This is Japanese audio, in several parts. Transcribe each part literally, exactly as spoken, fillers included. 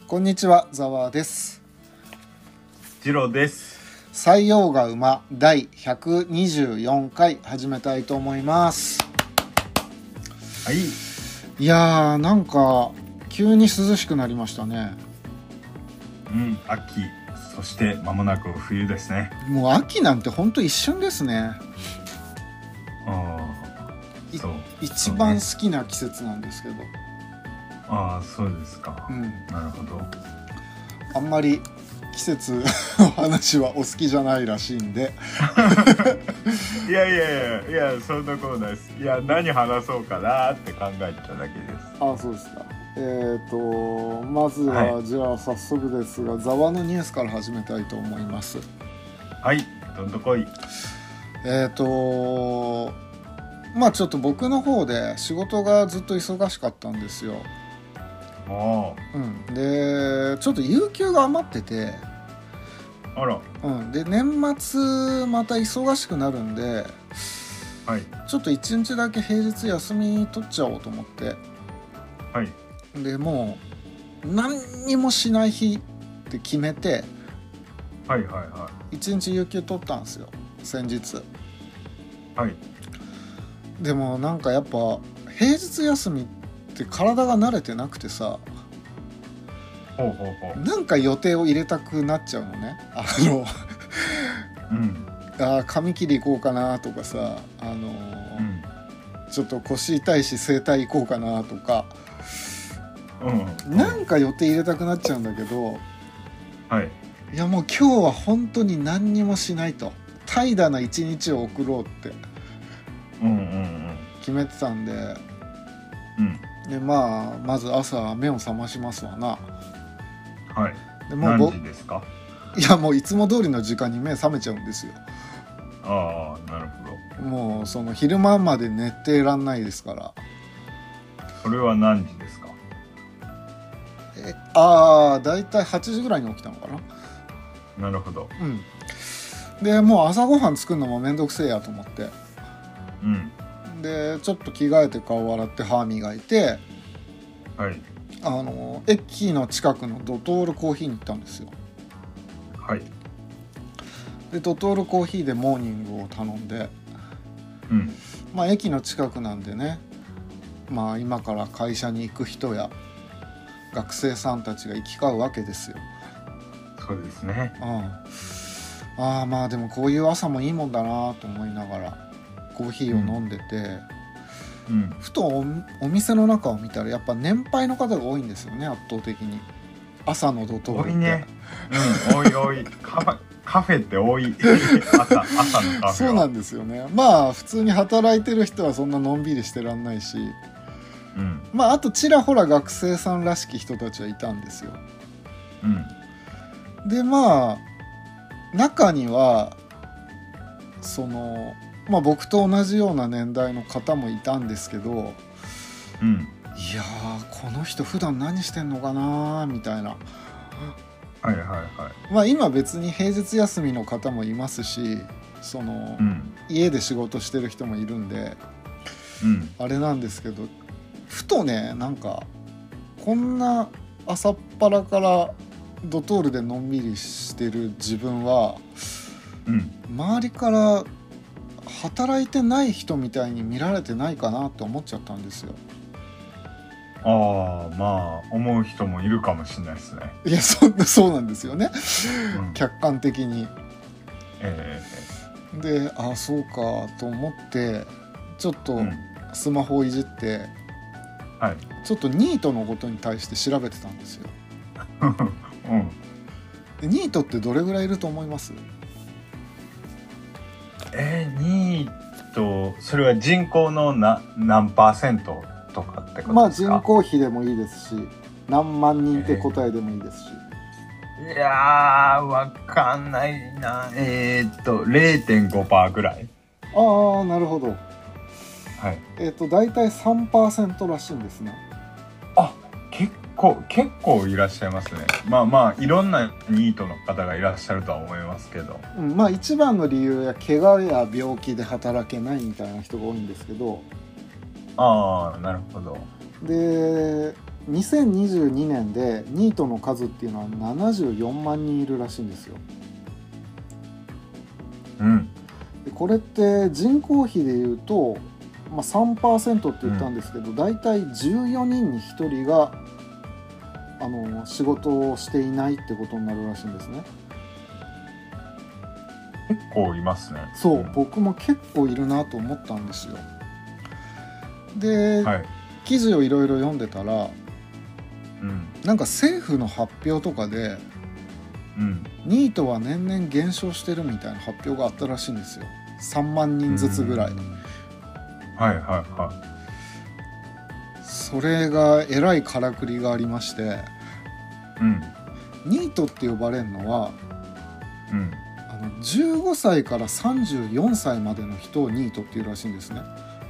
こんにちは、ざわです。 次郎です。 採用が馬だいひゃくにじゅうよんかい始めたいと思います。 はい。 いやー、なんか急に涼しくなりましたね。 うん、秋、そして間もなく冬ですね。 もう秋なんてほんと一瞬ですね。 ああ、そう。 一番好きな季節なんですけど。 ああ、そうですか。 うん。 なるほど。 あんまり季節の話はお好きじゃないらしいんでいやいやいやいや、そんなことないです。いや、何話そうかなって考えてただけです。 ああ、そうですか。えーとまずは、はい、じゃあ早速ですが、ざわのニュースから始めたいと思います。 はい、どんどこい。 えーとまあちょっと僕の方で仕事がずっと忙しかったんですよ。うん、でちょっと有給が余ってて、 あら、 うん、で年末また忙しくなるんで、 はい、 ちょっといちにちだけ平日休み取っちゃおうと思って、 はい、 でもう何にもしない日って決めて、 はいはいはい、 いちにち有給取ったんですよ、先日。 はい。 でもなんかやっぱ平日休みって体が慣れてなくてさ、 ほうほうほう、 なんか予定を入れたくなっちゃうのね。あの、 うん、 あ髪切り行こうかなとかさ、あの、うん、ちょっと腰痛いし整体行こうかなとか、うん、なんか予定入れたくなっちゃうんだけど、 はい、 いやもう今日は本当に何にもしないと、怠惰な一日を送ろうって決めてたんで、うんうん、でまあまず朝目を覚ましますわな。 はい。 でもう何時ですか？ いやもういつも通りの時間に目覚めちゃうんですよ。 ああ、なるほど。 もうその昼間まで寝てらんないですから。 それは何時ですか？ えああ、だいたいはちじぐらいに起きたのかな。なるほど。 うん。でもう朝ごはん作るのもめんどくせえやと思って、うん、でちょっと着替えて顔洗って歯磨いて、はい、あの駅の近くのドトールコーヒーに行ったんですよ。 はい。 でドトールコーヒーでモーニングを頼んで、うん、まあ駅の近くなんでね、まあ今から会社に行く人や学生さんたちが行き交うわけですよ。 そうですね。 うん、ああまあでもこういう朝もいいもんだなと思いながらコーヒーを飲んでて、うん、ふと お, お店の中を見たらやっぱ年配の方が多いんですよね、圧倒的に。朝のドトールって多いね。 うん、多い多い。カフェ、カフェって多い。朝、朝のカフェは。 そうなんですよね。まあ普通に働いてる人はそんなのんびりしてらんないし、うん、まああとちらほら学生さんらしき人たちはいたんですよ。うん、でまあ中にはそのまあ僕と同じような年代の方もいたんですけど、うん、いやーこの人普段何してんのかなみたいな。 はいはいはい。 まあ今別に平日休みの方もいますし、その、うん、家で仕事してる人もいるんで、うん、あれなんですけど、ふとね、なんかこんな朝っぱらからドトールでのんびりしてる自分は、うん、周りから働いてない人みたいに見られてないかなって思っちゃったんですよ。 ああ、まあ思う人もいるかもしれないですね。 いや そ, そうなんですよね、うん、客観的に。えー、でああそうかと思ってちょっとスマホをいじって、うん、はい、ちょっとニートのことに対して調べてたんですよ。うん、でニートってどれぐらいいると思います？ えー、ニート、それは人口のな何パーセントとかってことですか？ まあ人口比でもいいですし、何万人って答えでもいいですし、 えー、いやーわかんないな。えー、っと れいてんごパーセント ぐらい。 ああなるほど。 はい。 えっと大体 さんパーセント らしいんですね。 あ、結構結構いらっしゃいますね。まあまあいろんなニートの方がいらっしゃるとは思いますけど、 うん、まあ一番の理由や怪我や病気で働けないみたいな人が多いんですけど。 ああなるほど。 でにせんにじゅうにねんでニートの数っていうのはななじゅうよんまんにんいるらしいんですよ。 うん、 でこれって人口比でいうと、まあ、さんパーセント って言ったんですけど、うん、だいたいじゅうよにんにひとりがあの仕事をしていないってことになるらしいんですね。 結構いますね。 そう、うん、僕も結構いるなと思ったんですよ。で、はい、記事をいろいろ読んでたら、うん、なんか政府の発表とかで、うん、ニートは年々減少してるみたいな発表があったらしいんですよ。さんまんにんずつぐらい。 はいはいはい。 それがえらいからくりがありまして、うん、ニートって呼ばれるのは、うん、あのじゅうごさいからさんじゅうよんさいまでの人をニートっていうらしいんですね。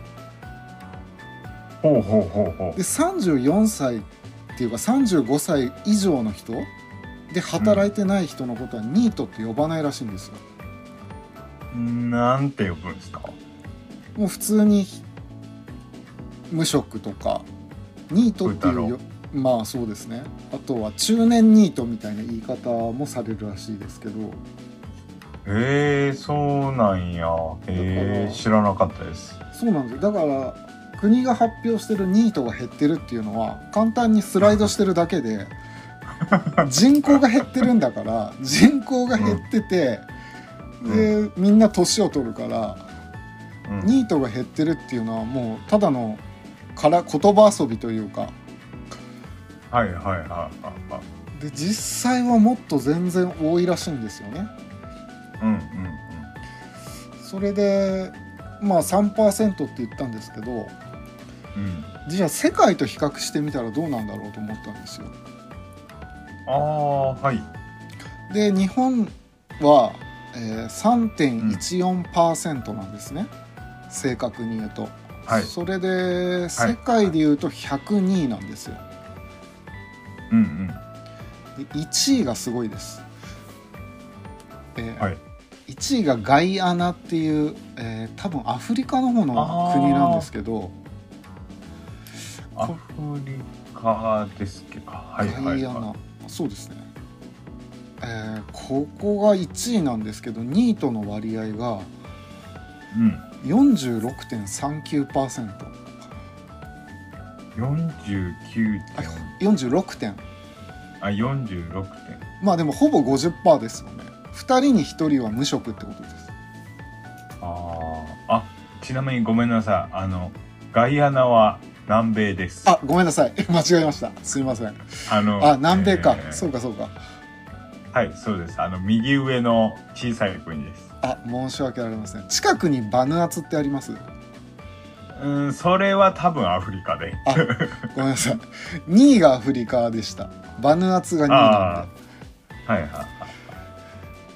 ほうほうほうほう。 でさんじゅうよんさいっていうかさんじゅうごさい以上の人で働いてない人のことはニートって呼ばないらしいんですよ。 うん、なんて呼ぶんですか？ もう普通に無職とかニートっていうよ、まあそうですね。あとは中年ニートみたいな言い方もされるらしいですけど。 へえ、そうなんや。へえ、知らなかったです。 そうなんですよ。だから国が発表してるニートが減ってるっていうのは簡単にスライドしてるだけで人口が減ってるんだから人口が減ってて、うん、でみんな年を取るから、うん、ニートが減ってるっていうのはもうただのから言葉遊びというか、 はいはいはいはい。 で実際はもっと全然多いらしいんですよね。 うんうんうん。 それでまあ さんパーセント って言ったんですけど、うん、じゃあ世界と比較してみたらどうなんだろうと思ったんですよ。 ああ、はい。 で日本は、えー、さんてんいちよんパーセント なんですね、うん、正確に言うと、はい、それで世界で言うとひゃくにいなんですよ、 うんうん、 でいちいがすごいです、えーはい、 いちいがガイアナっていう、えー、多分アフリカの方の国なんですけど、 アフリカですっけか、はいはいはい、ガイアナ、 そうですね、えー、ここがいちいなんですけどニートの割合が よんじゅうろくてんさんきゅうパーセント、 うん、よんじゅうきゅうてんよんじゅうろくてんあよんじゅうろくてんまあでもほぼ ごじゅっパーセント ですよね。ふたりにひとりは無職ってことです。 ああ、ちなみにごめんなさい、あのガイアナは南米です。 あ、ごめんなさい、間違えました、すいません。あのあ南米か、えー、そうかそうか、 はいそうです、あの右上の小さい国です。 あ、申し訳ありません。近くにバヌアツってあります？ うん、それは多分アフリカで。 あ、ごめんなさい、にいがアフリカでした。バヌアツがにいなんで。 はいはいはい。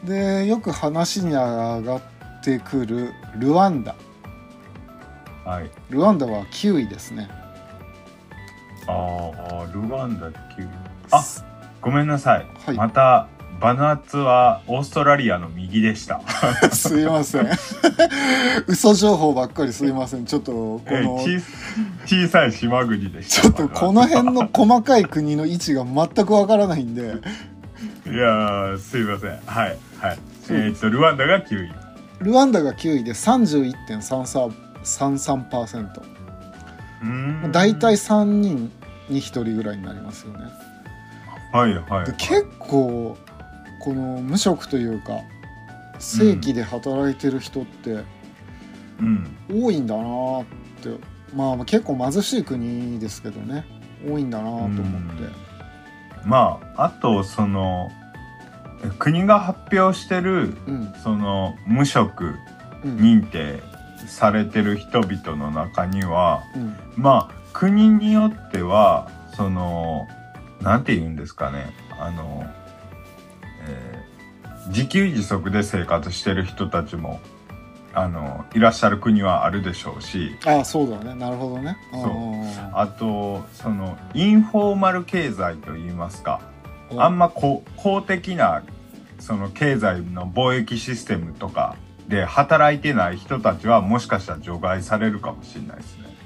でよく話に上がってくるルワンダ、はい、ルワンダはきゅういですね。 ああ、ルワンダきゅうい。あ、ごめんなさい、はい、またバヌアツはオーストラリアの右でした。 すいません嘘情報ばっかりすいません。ちょっとこの、 えー、小さい島国でした。 ちょっとこの辺の細かい国の位置が全くわからないんでいやすいません、はいはい、えー、っとルワンダがきゅうい、 ルワンダがきゅういで さんじゅういってんさんさんパーセント、 うーん、だいたいさんにんにひとりぐらいになりますよね。 はいはい、はい、 で結構この無職というか正規で働いてる人って多いんだなって、うん、まあ結構貧しい国ですけどね、多いんだなと思って、 うん、まああとその国が発表してる、うん、その無職認定されてる人々の中には、うん、まあ国によってはそのなんて言うんですかね、あの、えー、自給自足で生活してる人たちもあのいらっしゃる国はあるでしょうし、 ああそうだね、なるほどね。 そうあとそのインフォーマル経済といいますか、あんまこ公的なその経済の貿易システムとかで働いてない人たちはもしかしたら除外されるかもしれないですね。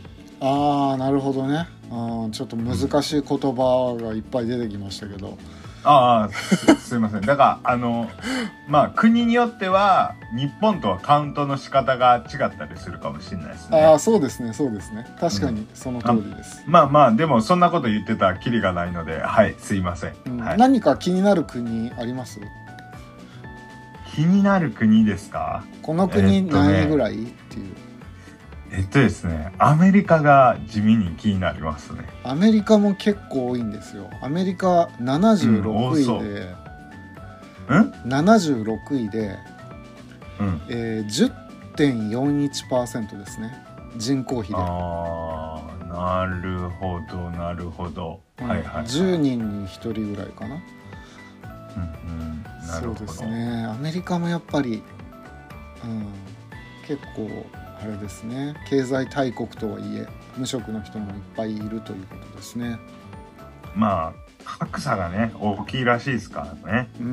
ああなるほどね。あちょっと難しい言葉がいっぱい出てきましたけど、 ああ す, すいません。だからあのまあ国によっては日本とはカウントの仕方が違ったりするかもしれないですね。 ああそうですねそうですね、確かにその通りです、 うん、まあまあでもそんなこと言ってたらキリがないので、はいすいません、 うんはい、 何か気になる国あります？ 気になる国ですか？ この国何位ぐらい、えー、っていう。 えっとですね、アメリカが地味に気になりますね。 アメリカも結構多いんですよ。アメリカななじゅうろくいで、 うん、 ななじゅうろくいで、 うんえー、じゅってんよんいちパーセント ですね、人口比で。 ああなるほどなるほど、うん、はいはい、はい、 じゅうにんにひとりぐらいかな。 うんうん、なるほど。 そうですね、アメリカもやっぱり、うん、結構あれですね、経済大国とはいえ無職の人もいっぱいいるということですね。 まあ格差がね大きいらしいですからね。 うん、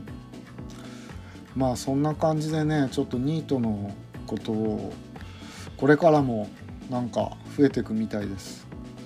まあそんな感じでね、ちょっとニートのことをこれからもなんか増えていくみたいです、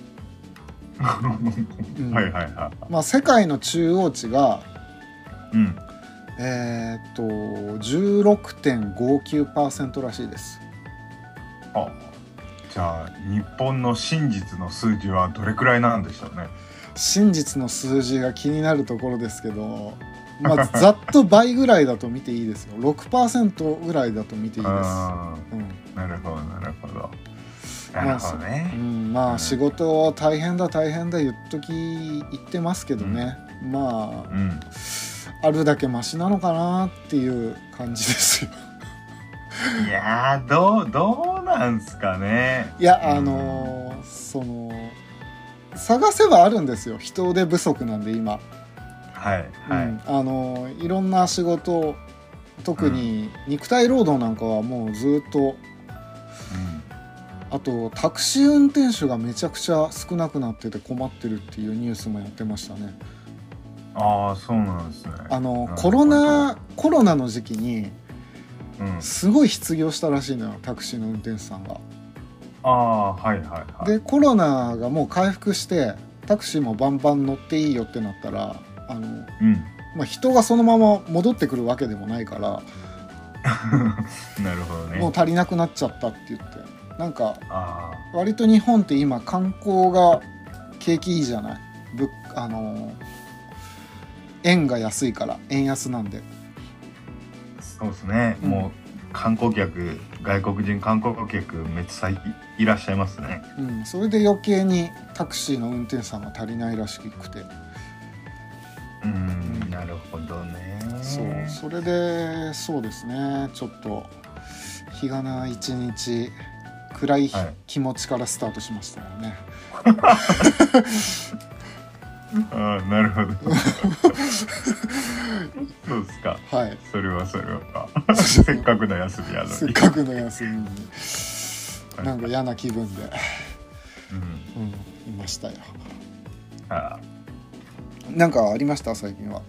うん、はいはいはい。 まあ世界の中央値が、 うん、 えー、っと じゅうろくてんごきゅうパーセント らしいです。 あ、じゃあ日本の真実の数字はどれくらいなんでしょうね。 真実の数字が気になるところですけど、まあ、ざっと倍ぐらいだと見ていいですよ。 ろくパーセント ぐらいだと見ていいです。 あ、 うん、 なるほどなるほどなるほどね。 まあ、うん、まあ仕事大変だ大変だ言っとき言ってますけどね、うん、まあ、うん、あるだけマシなのかなっていう感じですよ。 いやーどうどうなんすかね。 いやあのー、その探せばあるんですよ。人手不足なんで今。 はいはい、 うん、あのー、いろんな仕事、特に肉体労働なんかはもうずっと、うん、あとタクシー運転手がめちゃくちゃ少なくなってて困ってるっていうニュースもやってましたね。 ああそうなんですね。 あのコロナコロナの時期にすごい失業したらしいのよ、タクシーの運転手さんが。 ああはいはいはい。 でコロナがもう回復してタクシーもバンバン乗っていいよってなったら、あの、うん、まあ、人がそのまま戻ってくるわけでもないからなるほどね。 もう足りなくなっちゃったって言って、なんか割と日本って今観光が景気いいじゃない。ぶあの円が安いから、円安なんで。 そうですね、うん、もう観光客、外国人観光客めっちゃ い, いらっしゃいますね、 うん、それで余計にタクシーの運転手さんが足りないらしくて、 うん、うん、なるほどね。 そうそれでそうですね、ちょっと日がな一日暗い気持ちからスタートしましたよね、 はいああなるほどそうですか。はい。それはそれはせっかくの休みやのにせっかくの休みになんか嫌な気分で、うんうん、いましたよ。ああなんかありました最近は。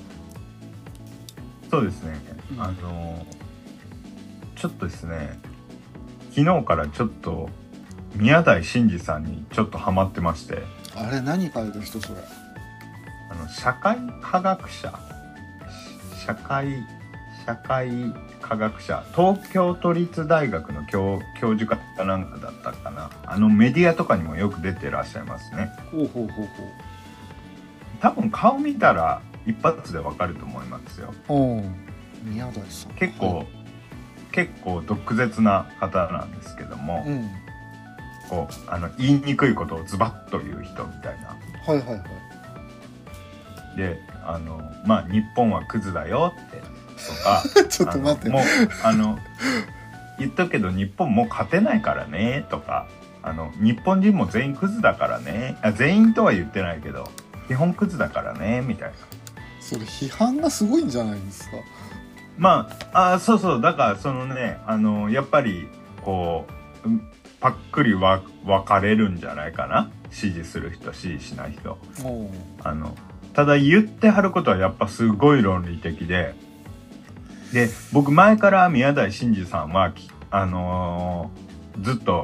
そうですね、うん、あのちょっとですね、昨日からちょっと宮台真司さんにちょっとハマってまして。 あれ何書いてる人それ。 あの社会科学者社会社会科学者、東京都立大学の 教, 教授かなんかだったかな。あのメディアとかにもよく出てらっしゃいますね。 ほうほうほうほう。 多分顔見たら一発でわかると思いますよ。 お宮台さん結構、はい、結構毒舌な方なんですけども、うん、こうあの言いにくいことをズバッと言う人みたいな。 はいはいはい。 で、あのまあ日本はクズだよってとかちょっと待って、 もうあの言っとくけど日本もう勝てないからねとか、あの日本人も全員クズだからね、あ全員とは言ってないけど基本クズだからねみたいな。 それ批判がすごいんじゃないですか。 まあ、あそうそう、だからそのね、あのやっぱりこうパックリわ分かれるんじゃないかな、支持する人支持しない人。あのただ言ってはることはやっぱすごい論理的で、で僕前から宮台真司さんはあのー、ずっと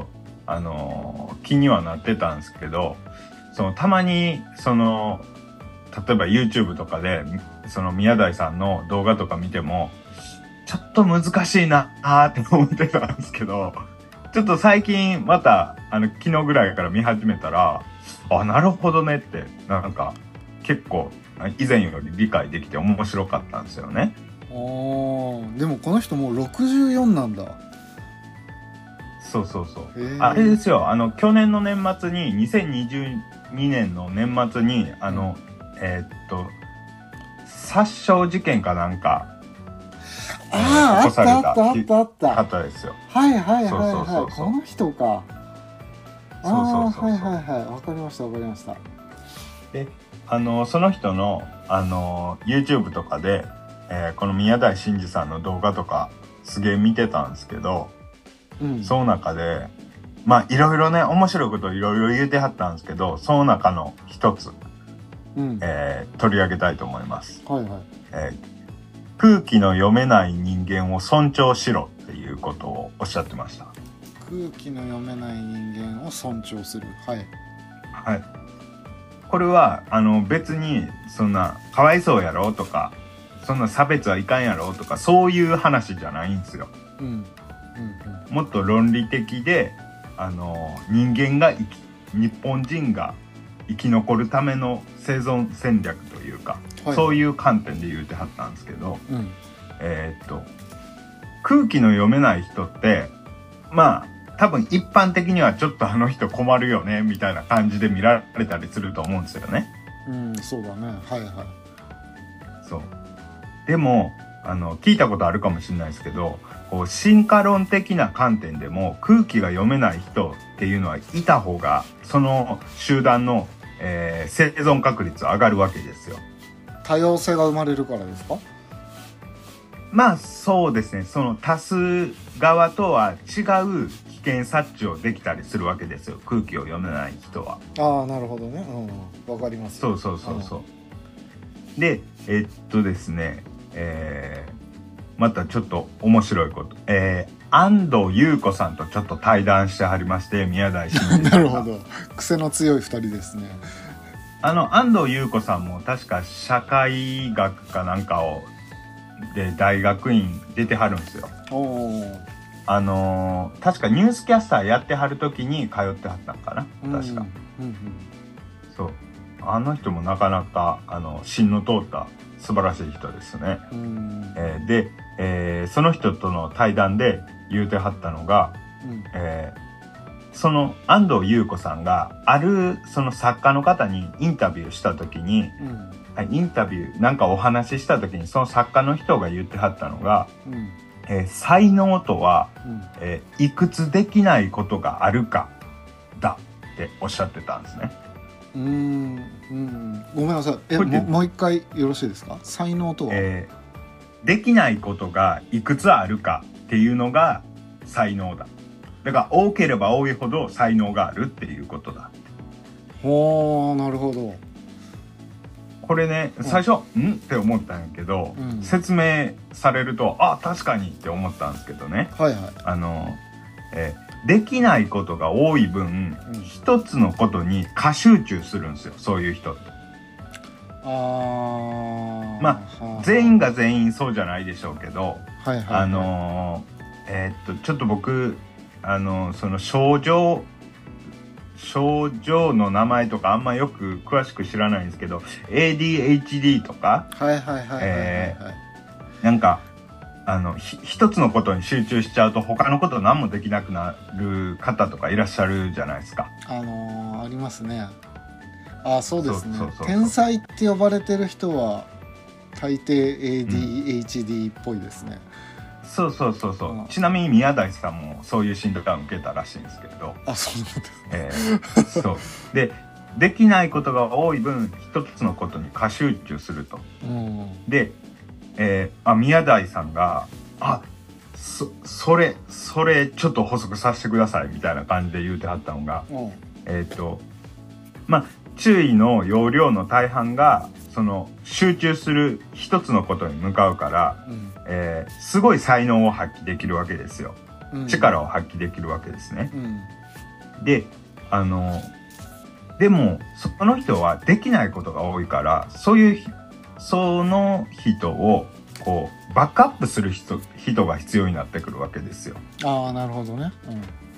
あの気にはなってたんですけど、そのたまにその例えば YouTube とかでその宮台さんの動画とか見てもちょっと難しいなーって思ってたんですけど、ちょっと最近またあの昨日ぐらいから見始めたら、あ、なるほどねって、なんか結構以前より理解できて面白かったんですよね。 あー、でもこの人もうろくじゅうよんなんだ。 そうそうそう。あれですよ、あの去年の年末ににせんにじゅうにねんの年末にあの、うん、えー、っと殺傷事件かなんかああ、あったあったあったあった方ですよ。 はいはいはいはい、この人か。ああ、はいはいはい、わかりましたわかりました。 で、あのその人のあの YouTube とかで、えー、この宮台真司さんの動画とかすげえ見てたんですけど、うん、その中でまあいろいろね面白いこといろいろ言うてはったんですけど、その中の一つ、うん、えー、取り上げたいと思います。はいはい。えー、空気の読めない人間を尊重しろっていうことをおっしゃってました。 空気の読めない人間を尊重する。はい。 はい。これはあの別にそんなかわいそうやろとか、そんな差別はいかんやろとかそういう話じゃないんですよ。うん。うんうん、もっと論理的で、あの人間が生き日本人が生き残るための生存戦略というか、はい、そういう観点で言うてはったんですけど、うん、えー、っと空気の読めない人ってまあ多分一般的にはちょっとあの人困るよねみたいな感じで見られたりすると思うんですよね。 うん、そうだね。はいはい。 そう。でもあの聞いたことあるかもしれないですけど、こう進化論的な観点でも空気が読めない人っていうのはいた方がその集団の、えー、生存確率上がるわけですよ。 多様性が生まれるからですか？ まあそうですね。その多数側とは違う危険察知をできたりするわけですよ。空気を読めない人は。 ああ、なるほどね。うん、わかります。 そうそうそうそう。うん、で、えっとですね、えー、またちょっと面白いこと、えー、安藤優子さんとちょっと対談してはりまして、宮台真司さんが。 なるほど。癖の強い二人ですね。 あの安藤優子さんも確か社会学かなんかをで大学院出てはるんですよ。あのー、確かニュースキャスターやってはる時に通ってはったんかな、確か、うんうん、そう、あの人もなかなかあの芯の通った素晴らしい人ですね。うん、えー、で、えー、その人との対談で言うてはったのが、うん、えー、その安藤優子さんがあるその作家の方にインタビューした時に、うん、インタビューなんかお話しした時にその作家の人が言ってはったのが、うん、えー、才能とは、うん、えー、いくつできないことがあるかだっておっしゃってたんですね。 うーん、うん、ごめんなさい。え、も, もう一回よろしいですか？才能とは、 えー、できないことがいくつあるかっていうのが才能だ。だから多ければ多いほど才能があるっていうことだ。 ほー、なるほど。 これね、最初、うん、んって思ったんやけど、うん、説明されると、あ、確かにって思ったんですけどね。はいはい。あの、えー、できないことが多い分、うん、一つのことに過集中するんですよ、そういう人って。あー。まあ、全員が全員そうじゃないでしょうけど、はいはいはい、あのー、えー、っと、ちょっと僕、あのー、その症状、症状の名前とかあんまよく詳しく知らないんですけど エーディーエイチディー とかなんかあの一つのことに集中しちゃうと他のこと何もできなくなる方とかいらっしゃるじゃないですか。 あのー、ありますね。あ、そうですね。天才って呼ばれてる人は大抵 エーディーエイチディー っぽいですね。 うん、そうそうそうそう、うん、ちなみに宮台さんもそういう診断を受けたらしいんですけど。 あ、そうなんだ、 えー、そうでできないことが多い分一つのことに過集中すると、うん、で、えー、あ宮台さんがあ そ, それそれちょっと補足させてくださいみたいな感じで言うてはったのが、うん、えっ、ー、とまあ注意の要領の大半がその集中する一つのことに向かうから、うん、えー、すごい才能を発揮できるわけですよ、うん、力を発揮できるわけですね、うん、 であのでもその人はできないことが多いから、そういうその人をこうバックアップする人人が必要になってくるわけですよ。 ああ、なるほどね。うん、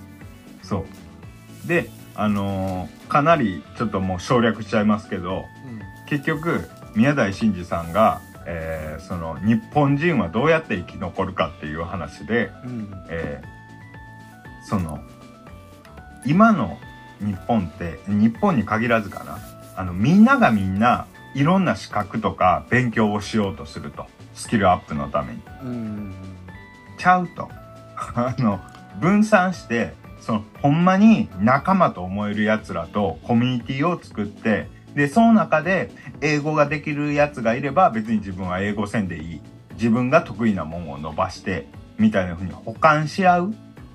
そうであのー、かなりちょっともう省略しちゃいますけど、うん、結局宮台真司さんが、えー、その日本人はどうやって生き残るかっていう話で、うん、えー、その今の日本って日本に限らずかな、あのみんながみんないろんな資格とか勉強をしようとすると、スキルアップのために、うん、ちゃうとあの分散して、そのほんまに仲間と思えるやつらとコミュニティを作って、でその中で英語ができるやつがいれば別に自分は英語せんでいい、自分が得意なものを伸ばしてみたいな風に補完し合う、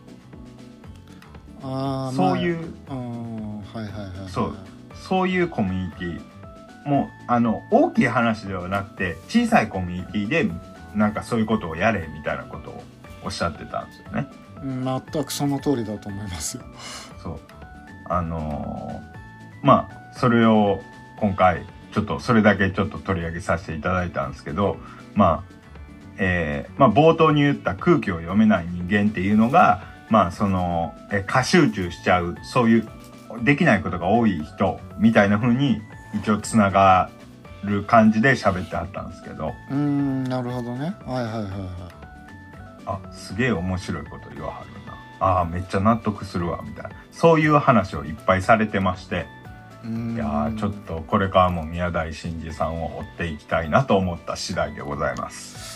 あ、 そういう、 まあ、はいはいはい、 そう、そういうコミュニティもうあの大きい話ではなくて小さいコミュニティでなんかそういうことをやれみたいなことをおっしゃってたんですよね。 全くその通りだと思いますよ。 そうあのー、まあそれを今回ちょっとそれだけちょっと取り上げさせていただいたんですけど、まあ、えー、まあ冒頭に言った空気を読めない人間っていうのが、まあそのえ過集中しちゃう、そういうできないことが多い人みたいな風に一応つながる感じで喋ってはったんですけど。 うーん、なるほどね。はいはいはいはい。 あ、すげえ面白いこと言わはるな、あーめっちゃ納得するわみたいな、そういう話をいっぱいされてまして、いやちょっとこれからも宮台真司さんを追っていきたいなと思った次第でございます。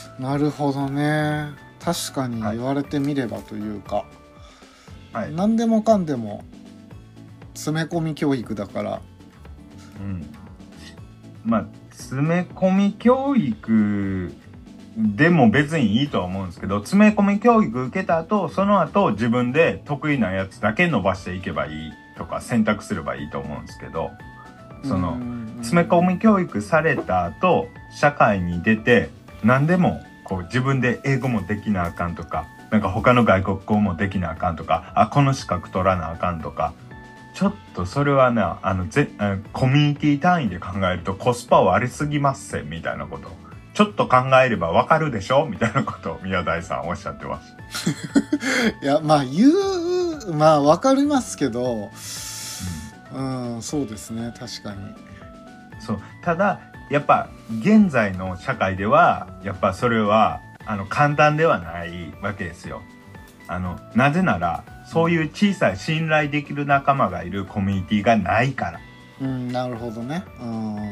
なるほどね。確かに言われてみればというか、はい、何でもかんでも詰め込み教育だから、 うん、まあ詰め込み教育でも別にいいとは思うんですけど、詰め込み教育受けた後、その後自分で得意なやつだけ伸ばしていけばいいとか選択すればいいと思うんですけど、その詰め込み教育された後社会に出て何でもこう自分で英語もできなあかんとか、なんか他の外国語もできなあかんとか、あこの資格取らなあかんとか、ちょっとそれはね、あのぜコミュニティ単位で考えるとコスパ悪すぎますせみたいなことちょっと考えればわかるでしょみたいなことを宮台さんおっしゃってます。 いやまあ言うまあわかりますけど、うん、うん、そうですね、確かに。 そう、ただやっぱ現在の社会ではやっぱそれはあの簡単ではないわけですよ。あのなぜならそういう小さい信頼できる仲間がいるコミュニティがないから。 うん、なるほどね。うん、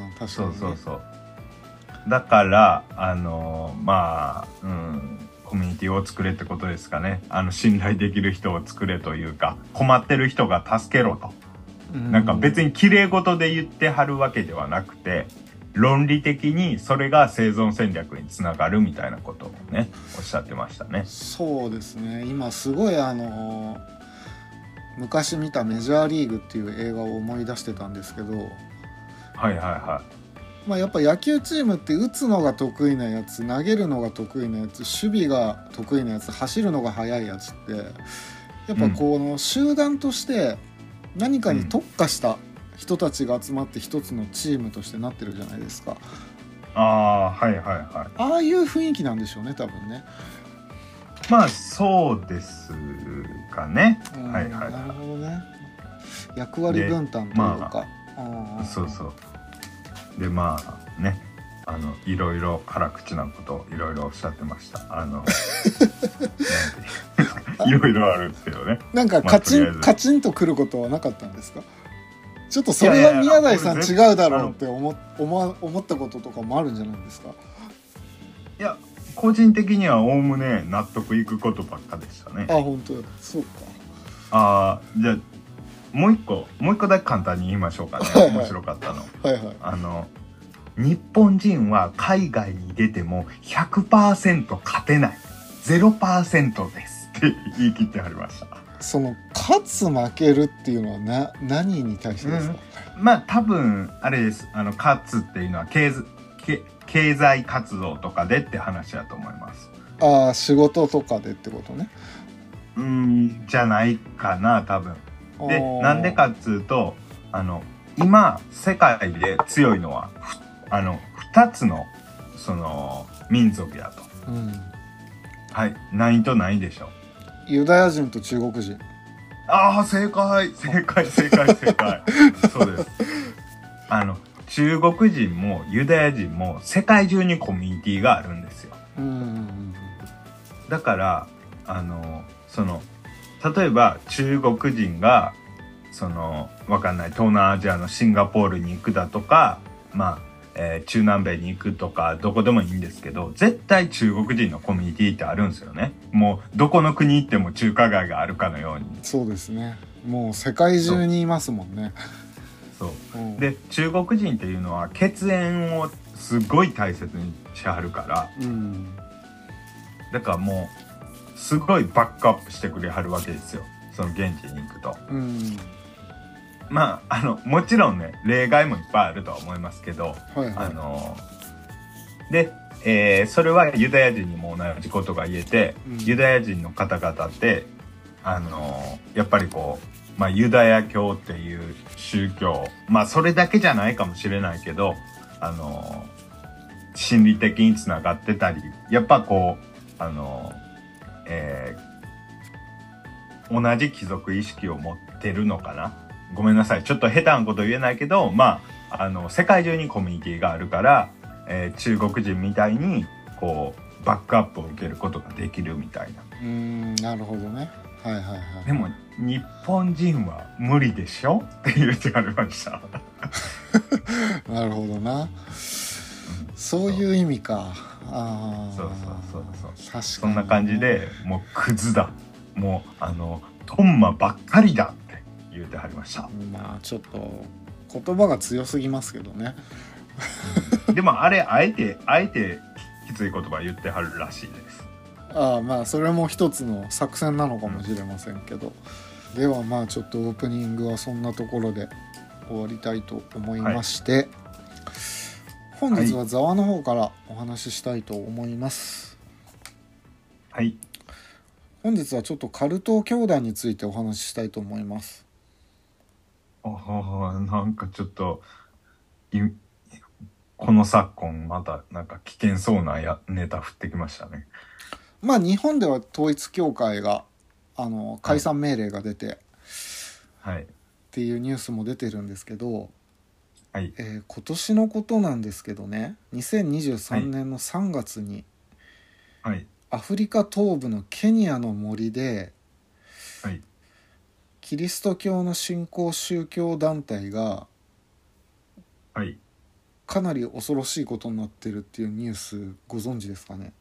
確かにね。 そうそうそう。だからあのまあ、うん、コミュニティを作れってことですかね。あの信頼できる人を作れというか、困ってる人が助けろと、うん、なんか別に綺麗事で言ってはるわけではなくて、論理的にそれが生存戦略につながるみたいなことをねおっしゃってましたね。 そうですね。今すごいあの昔見たメジャーリーグっていう映画を思い出してたんですけど、はいはいはい。 まあ、やっぱ野球チームって打つのが得意なやつ、投げるのが得意なやつ、守備が得意なやつ、走るのが速いやつってやっぱこの集団として何かに特化した人たちが集まって一つのチームとしてなってるじゃないですか。 ああ、はいはいはい。 ああいう雰囲気なんでしょうね、多分ね。 まあそうですかね。はいはい。 なるほどね。役割分担というか、まあ、あそうそう。でまあね、あのいろいろ辛口なことをいろいろおっしゃってました。あのいろいろあるんですけどね。 なんかカチン、まあ、カチンとくることはなかったんですか？ちょっとそれは宮台さん違うだろうって思思思ったこととかもあるんじゃないですか？ いや個人的にはおおむね納得いくことばっかでしたね。 あ、本当。そうか。 あ、じゃあもう一個もう一個だけ簡単に言いましょうかね。はいはい、面白かったの。 はいはい。 あの日本人は海外に出ても ひゃくパーセント 勝てない、ゼロパーセント ですって言い切ってはりました。 その勝つ負けるっていうのはな何に対してですか？ うん、まあ多分あれです。あの勝つっていうのは経済、経済活動とかでって話だと思います。 ああ、仕事とかでってことね。 うーんじゃないかな多分。 あでなんでかっつうとあの今世界で強いのはあのふたつのその民族やと、うん、はい何と何でしょう。 ユダヤ人と中国人。 ああ正解正解正解正解そうです。あの中国人もユダヤ人も世界中にコミュニティがあるんですよ。うん、だからあのその例えば中国人がそのわかんない東南アジアのシンガポールに行くだとか、まあ、えー、中南米に行くとかどこでもいいんですけど、絶対中国人のコミュニティってあるんですよね。もうどこの国行っても中華街があるかのように。 そうですね。もう世界中にいますもんね。 そう、うん、で中国人っていうのは血縁をすごい大切にしはるから、うん、だからもうすごいバックアップしてくれはるわけですよ、その現地に行くと、うん、まああのもちろんね例外もいっぱいあるとは思いますけど、はいはい、あので、えー、それはユダヤ人にも同じことが言えて、うん、ユダヤ人の方々ってあのやっぱりこうまあ、ユダヤ教っていう宗教、まあそれだけじゃないかもしれないけど、あの心理的につながってたり、やっぱこうあの、えー、同じ貴族意識を持ってるのかな。ごめんなさい、ちょっと下手なこと言えないけど、まああの世界中にコミュニティがあるから、えー、中国人みたいにこうバックアップを受けることができるみたいな。 うーん、なるほどね。はいはいはい。 でも日本人は無理でしょって言ってありましたなるほどな、うん、そういう意味か。ああ、 そうそうそうそう、確かに、ね、 そんな感じでもうクズだ、もうあのトンマばっかりだって言ってはりました。 まあちょっと言葉が強すぎますけどね、 うん、でもあれあえてあえてきつい言葉言ってはるらしいです。 ああ、まあそれも一つの作戦なのかもしれませんけど、うん、ではまあちょっとオープニングはそんなところで終わりたいと思いまして、はい、本日はざわの方からお話ししたいと思います。 はい、 本日はちょっとカルト教団についてお話ししたいと思います。 ああ、なんかちょっとこの昨今またなんか危険そうなやネタ降ってきましたね。 まあ日本では統一教会があの解散命令が出て、はい、っていうニュースも出てるんですけど、はい、えー、今年のことなんですけどね、にせんにじゅうさんねんのさんがつに、はい、アフリカ東部のケニアの森で、はい、キリスト教の新興宗教団体が、はい、かなり恐ろしいことになってるっていうニュースご存知ですかね。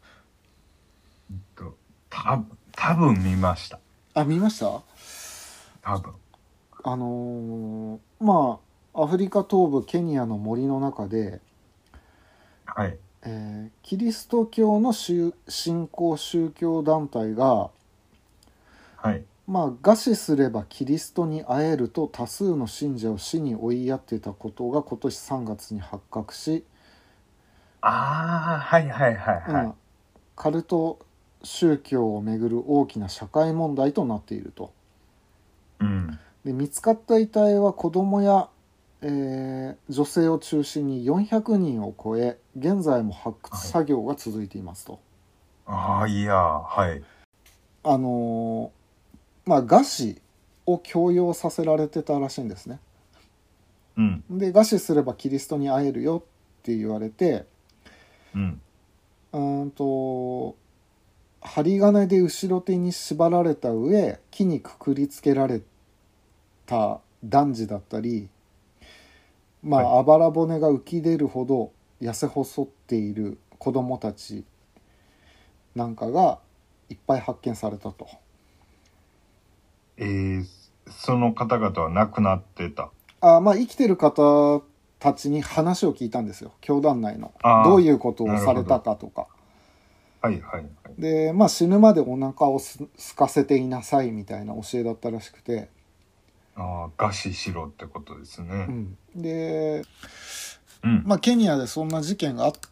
た多分見ました。 あ、見ました？ 多分。 あのー、まあアフリカ東部ケニアの森の中で、はい、えー、キリスト教の新興宗教団体が、はい、まあ餓死すればキリストに会えると多数の信者を死に追いやっていたことが今年さんがつに発覚し、 ああ、はいはいはいはい、うん、 カルト宗教をめぐる大きな社会問題となっていると、うん、で見つかった遺体は子供や、えー、女性を中心によんひゃくにんを超え、現在も発掘作業が続いていますと、 はい、ああ、いや、はい、 あのー、まあ餓死を強要させられてたらしいんですね、うん、で餓死すればキリストに会えるよって言われて、うん、うんと針金で後ろ手に縛られた上、木にくくりつけられた男児だったり、まあ、はい、あばら骨が浮き出るほど痩せ細っている子供たちなんかがいっぱい発見されたと。 えー、その方々は亡くなってた？ あ、まあ生きてる方たちに話を聞いたんですよ、教団内の。どういうことをされたかとか。 はいはいはい、 で、まあ、死ぬまでお腹をすすかせていなさいみたいな教えだったらしくて、 ああ、餓死しろってことですね、 うん、で、うん、まあケニアでそんな事件があって、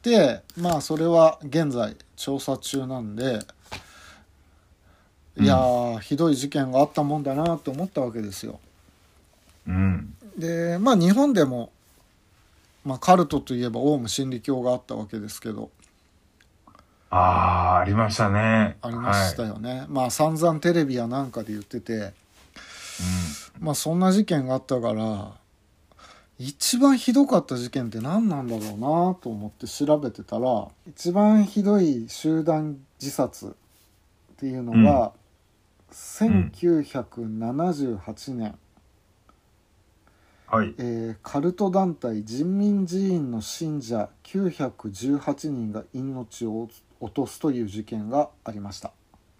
まあそれは現在調査中なんで、いやー、うん、ひどい事件があったもんだなと思ったわけですよ。 うん、 でまあ日本でも、まあ、カルトといえばオウム真理教があったわけですけど、 ああありましたね。 ありましたよね、はい、まあ散々テレビやなんかで言ってて、うん、まあそんな事件があったから一番ひどかった事件って何なんだろうなと思って調べてたら、一番ひどい集団自殺っていうのが、うん、せんきゅうひゃくななじゅうはちねん、 はいえー、カルト団体人民寺院の信者きゅうひゃくじゅうはちにんが命を落とすという事件がありました。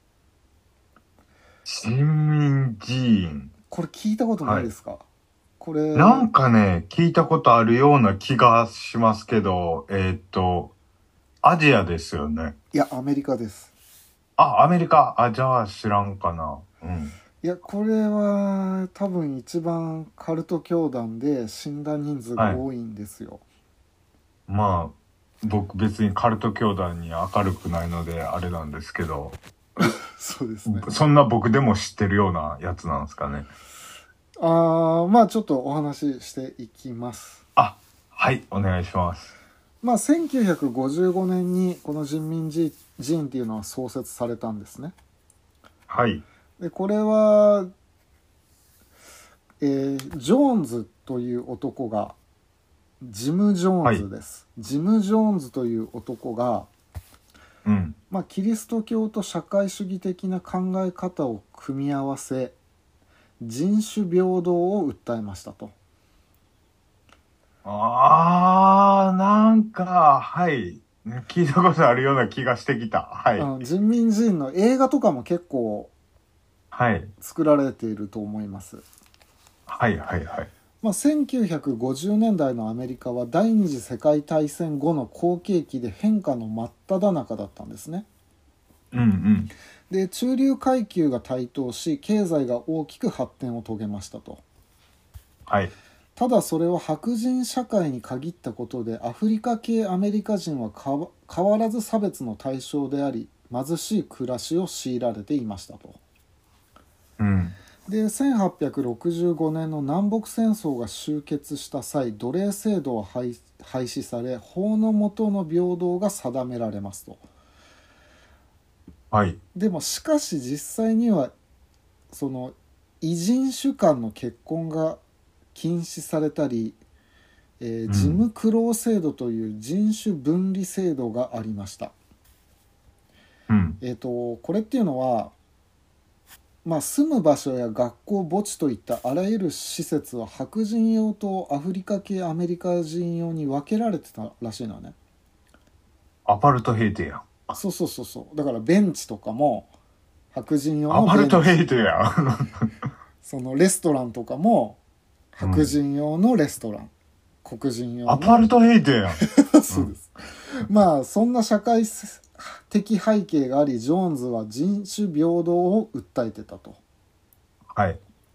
人民寺院、 これ聞いたことないですか？はい、これなんかね聞いたことあるような気がしますけど、えー、っとアジアですよね。 いやアメリカです。 あ、アメリカ。あ、じゃあ知らんかな。うん。 いやこれは多分一番カルト教団で死んだ人数が多いんですよ。 はい、まあ僕別にカルト教団に明るくないのであれなんですけどそうですね。 そんな僕でも知ってるようなやつなんですかね。 ああ、まあちょっとお話ししていきます。 あ、はいお願いします。 まあせんきゅうひゃくごじゅうごねんにこの人民寺院っていうのは創設されたんですね。 はい。 でこれは、えー、ジョーンズという男がジム・ジョーンズです、はい、ジム・ジョーンズという男が、 うんまあ、キリスト教と社会主義的な考え方を組み合わせ人種平等を訴えましたと。 あーなんかはい聞いたことあるような気がしてきた。はい、 うん、人民寺院の映画とかも結構はい作られていると思います。 はいはいはい。 まあ、せんきゅうひゃくごじゅうねんだいのアメリカは第二次世界大戦後の好景気で変化の真っ只中だったんですね。 うんうん、 で中流階級が台頭し経済が大きく発展を遂げましたと。 はい、 ただそれは白人社会に限ったことでアフリカ系アメリカ人は変わらず差別の対象であり貧しい暮らしを強いられていましたと。 うんでせんはっぴゃくろくじゅうごねんの南北戦争が終結した際奴隷制度は廃止され法の下の平等が定められますと。 はい、 でもしかし実際にはその異人種間の結婚が禁止されたり、えー、ジムクロー制度という人種分離制度がありました、 うんえーと、これっていうのはまあ、住む場所や学校墓地といったあらゆる施設は白人用とアフリカ系アメリカ人用に分けられてたらしいのね。 アパルトヘイトやん。 そうそうそうそう。だからベンチとかも白人用のベンチ。アパルトヘイトやん。 そのレストランとかも白人用のレストラン、うん、黒人用のアパルトヘイトやん。 そうです、うん、まあそんな社会的背景がありジョーンズは人種平等を訴えてたと。 はい。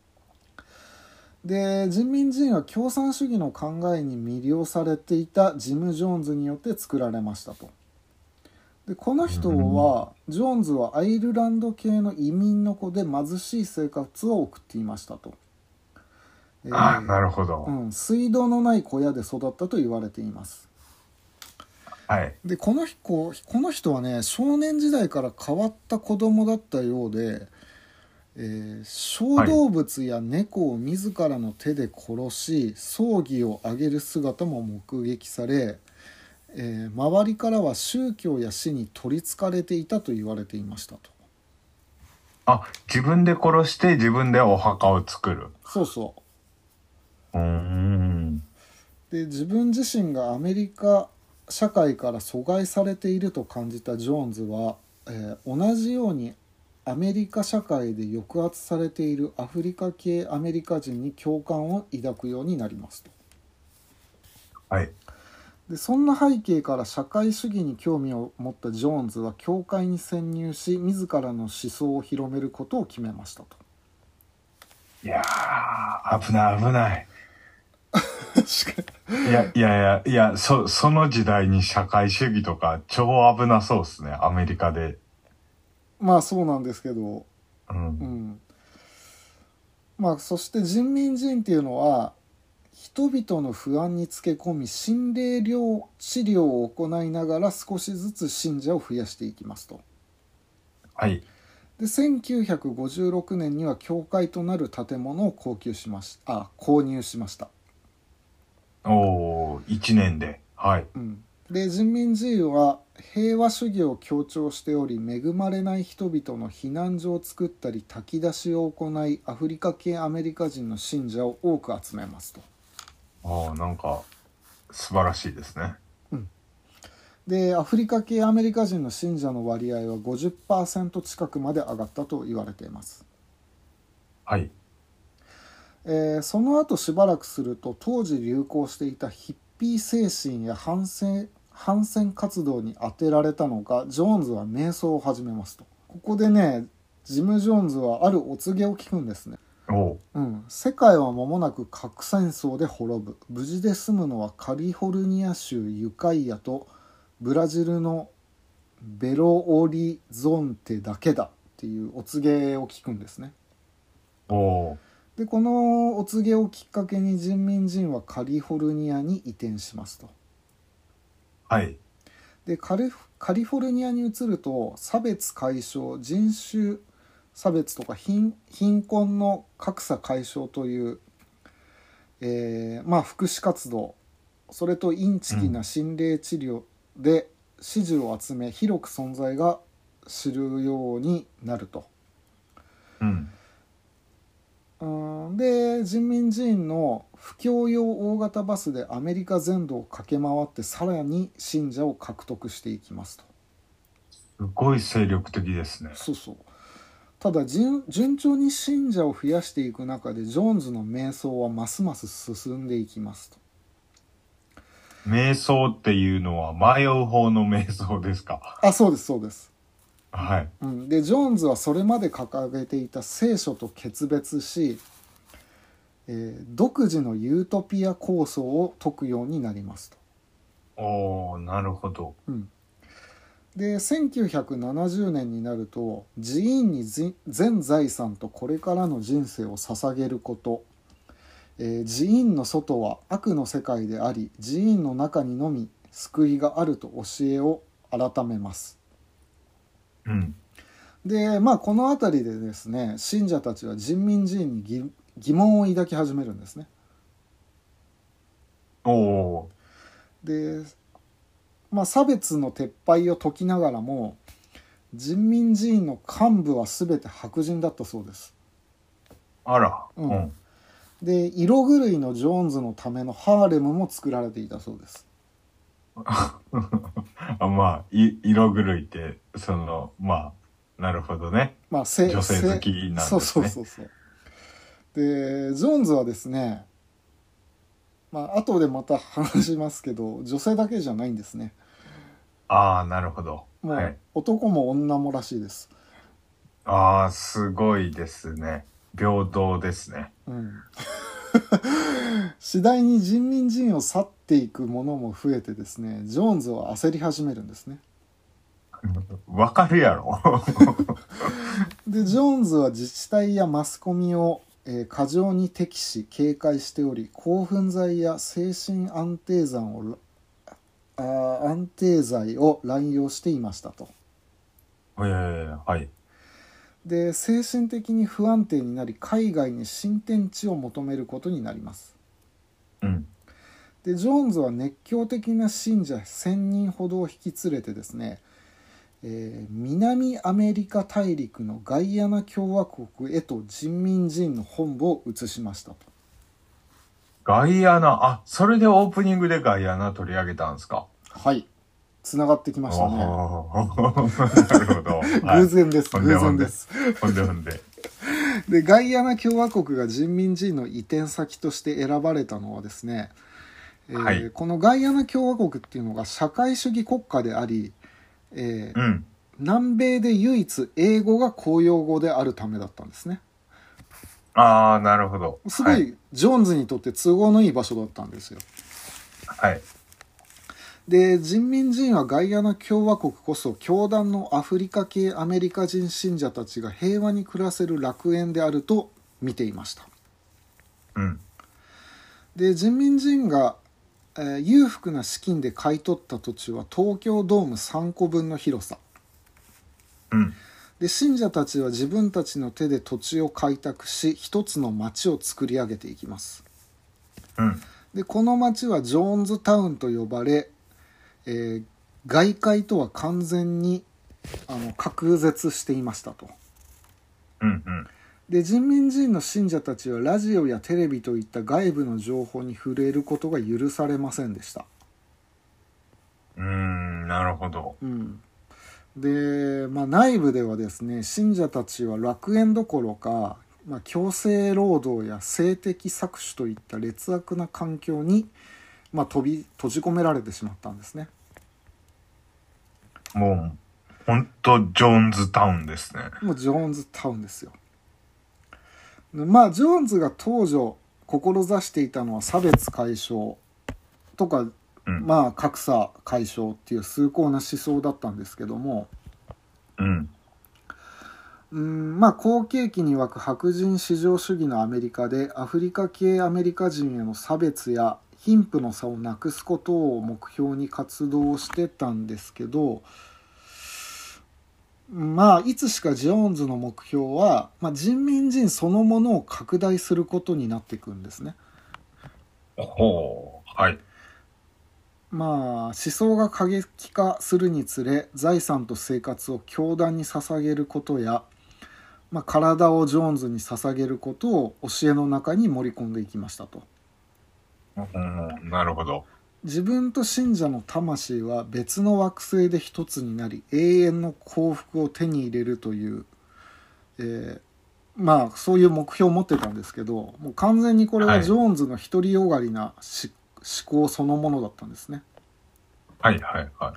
で人民寺院は共産主義の考えに魅了されていたジム・ジョーンズによって作られましたと。でこの人は、うん、ジョーンズはアイルランド系の移民の子で貧しい生活を送っていましたと。 えー、ああなるほど、 うん、水道のない小屋で育ったと言われています。 はい、 でこの人、この人はね少年時代から変わった子供だったようで、えー、小動物や猫を自らの手で殺し、はい、葬儀をあげる姿も目撃され、えー、周りからは宗教や死に取りつかれていたと言われていましたと。 あ、自分で殺して自分でお墓を作る。 そうそう。 うーん。 で自分自身がアメリカ社会から阻害されていると感じたジョーンズは、えー、同じようにアメリカ社会で抑圧されているアフリカ系アメリカ人に共感を抱くようになりますと。 はい。 でそんな背景から社会主義に興味を持ったジョーンズは教会に潜入し自らの思想を広めることを決めましたと。 いやー危ない危ない。いやいやいやいや そ, その時代に社会主義とか超危なそうですねアメリカで。 まあそうなんですけど、 うんうん、 まあそして人民人っていうのは人々の不安につけ込み心霊療治療を行いながら少しずつ信者を増やしていきますと。 はい。 でせんきゅうひゃくごじゅうろくねんには教会となる建物を購入しましあ購入しました。 おー、いちねんで。はい。 うん、で人民自由は平和主義を強調しており、恵まれない人々の避難所を作ったり炊き出しを行い、アフリカ系アメリカ人の信者を多く集めますと。 ああ、なんか素晴らしいですね。 うん、でアフリカ系アメリカ人の信者の割合は ごじゅっパーセント 近くまで上がったと言われています。 はい。 えー、その後しばらくすると、当時流行していたヒッピー精神や反戦反戦活動に当てられたのか、ジョーンズは瞑想を始めますと。ここでね、ジム・ジョーンズはあるお告げを聞くんですね。 おうん、世界は間もなく核戦争で滅ぶ。無事で済むのはカリフォルニア州ユカイアとブラジルのベロオリゾンテだけだっていうお告げを聞くんですね。 おでこのお告げをきっかけに人民人はカリフォルニアに移転しますと。 はい。 でカリフ、カリフォルニアに移ると、差別解消、人種差別とか 貧, 貧困の格差解消という、えーまあ、福祉活動、それとインチキな心霊治療で支持を集め、広く存在が知るようになると。 うんうんで人民寺院の布教用大型バスでアメリカ全土を駆け回って、さらに信者を獲得していきますと。 すごい精力的ですね。 そうそう。ただ順調に信者を増やしていく中で、ジョーンズの瞑想はますます進んでいきますと。 瞑想っていうのは迷う方の瞑想ですか？ あ、そうですそうです。 はい。 うん、でジョーンズはそれまで掲げていた聖書と決別し、えー、独自のユートピア構想を説くようになりますと。 おー、なるほど。 うん、でせんきゅうひゃくななじゅうねんになると、寺院に全財産とこれからの人生を捧げること、えー、寺院の外は悪の世界であり、寺院の中にのみ救いがあると教えを改めます。 うん、 でまあこの辺りでですね、信者たちは人民寺院に 疑, 疑問を抱き始めるんですね。 おでまあ差別の撤廃を説きながらも、人民寺院の幹部は全て白人だったそうです。 あら、 うんうん、で色狂いのジョーンズのためのハーレムも作られていたそうです。 あ、まあい色狂いってそのまあなるほどね、まあ、女性好きなんですね。 そうそうそうそう。でジョーンズはですね、まあ後でまた話しますけど、女性だけじゃないんですね。 ああ、なるほど。 もう、はい、男も女もらしいです。 ああ、すごいですね。平等ですね。 うん次第に人民寺院を去っていく者も増えてですね、ジョーンズは焦り始めるんですね。 わかるやろ。 でジョーンズは自治体やマスコミを、えー、過剰に敵視警戒しており、興奮剤や精神安定剤をあ安定剤を乱用していましたと。 えー、はい。 で精神的に不安定になり、海外に新天地を求めることになります。 うん、 でジョーンズは熱狂的な信者せんにんほどを引き連れてですね、えー、南アメリカ大陸のガイアナ共和国へと人民寺院の本部を移しましたと。 ガイアナ、あ、それでオープニングでガイアナ取り上げたんですか？ はい、つながってきましたね。なるほど。 偶然です、はい、偶然です。 ほんでほんで。 でガイアナ共和国が人民寺院の移転先として選ばれたのはですね、えーはい、このガイアナ共和国っていうのが社会主義国家であり、えーうん、南米で唯一英語が公用語であるためだったんですね。 ああ、なるほど。 すごい、はい、ジョーンズにとって都合のいい場所だったんですよ。 はい。 で人民寺院はガイアナ共和国こそ教団のアフリカ系アメリカ人信者たちが平和に暮らせる楽園であると見ていました。 うん、 で人民人が、えー、裕福な資金で買い取った土地は東京ドームさんこぶんの広さ、 うん、 で信者たちは自分たちの手で土地を開拓し一つの町を作り上げていきます。 うん、 でこの町はジョーンズタウンと呼ばれ、えー、外界とは完全にあの隔絶していましたと。 うんうん、 で人民人の信者たちはラジオやテレビといった外部の情報に触れることが許されませんでした。 うーん、なるほど。 うん、で、まあ、内部ではですね信者たちは楽園どころか、まあ、強制労働や性的搾取といった劣悪な環境に、まあ、飛び閉じ込められてしまったんですね。 もう本当ジョーンズタウンですね。 もうジョーンズタウンですよ。まあジョーンズが当初志していたのは差別解消とか、うん、まあ格差解消っていう崇高な思想だったんですけども、 うんうんまあ好景気に沸く白人至上主義のアメリカでアフリカ系アメリカ人への差別や貧富の差をなくすことを目標に活動してたんですけど、まあいつしかジョーンズの目標は、まあ、人民人そのものを拡大することになっていくんですね。 ほう、はい。 まあ思想が過激化するにつれ財産と生活を教団に捧げることや、まあ、体をジョーンズに捧げることを教えの中に盛り込んでいきましたと。 うん、なるほど。 自分と信者の魂は別の惑星で一つになり永遠の幸福を手に入れるという、えー、まあそういう目標を持ってたんですけど、もう完全にこれはジョーンズの独りよがりな思考そのものだったんですね。 はいはいはい。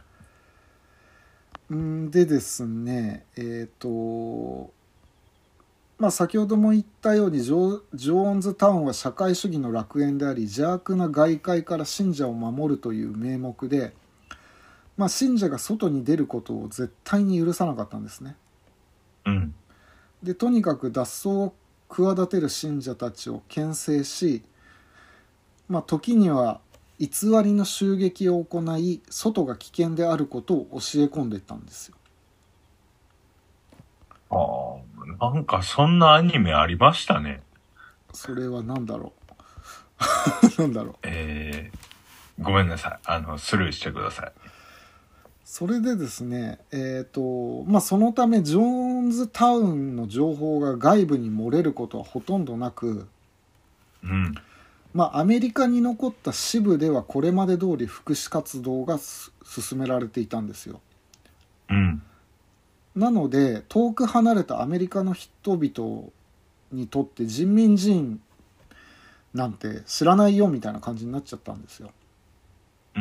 んでですねえっとまあ、先ほども言ったようにジョ、ジョーンズタウンは社会主義の楽園であり邪悪な外界から信者を守るという名目で、まあ、信者が外に出ることを絶対に許さなかったんですね。 うん、 でとにかく脱走を企てる信者たちを牽制し、まあ、時には偽りの襲撃を行い外が危険であることを教え込んでいったんですよ。 ああ、なんかそんなアニメありましたね。 それは何だろう何だろうえー、ごめんなさい。あの、スルーしてください。 それでですね、えっと、まあ、そのため、ジョーンズタウンの情報が外部に漏れることはほとんどなく、 うん。 まあ、アメリカに残った支部ではこれまで通り福祉活動が進められていたんですよ。 うん。 なので遠く離れたアメリカの人々にとって人民人なんて知らないよみたいな感じになっちゃったんですよ。 うん。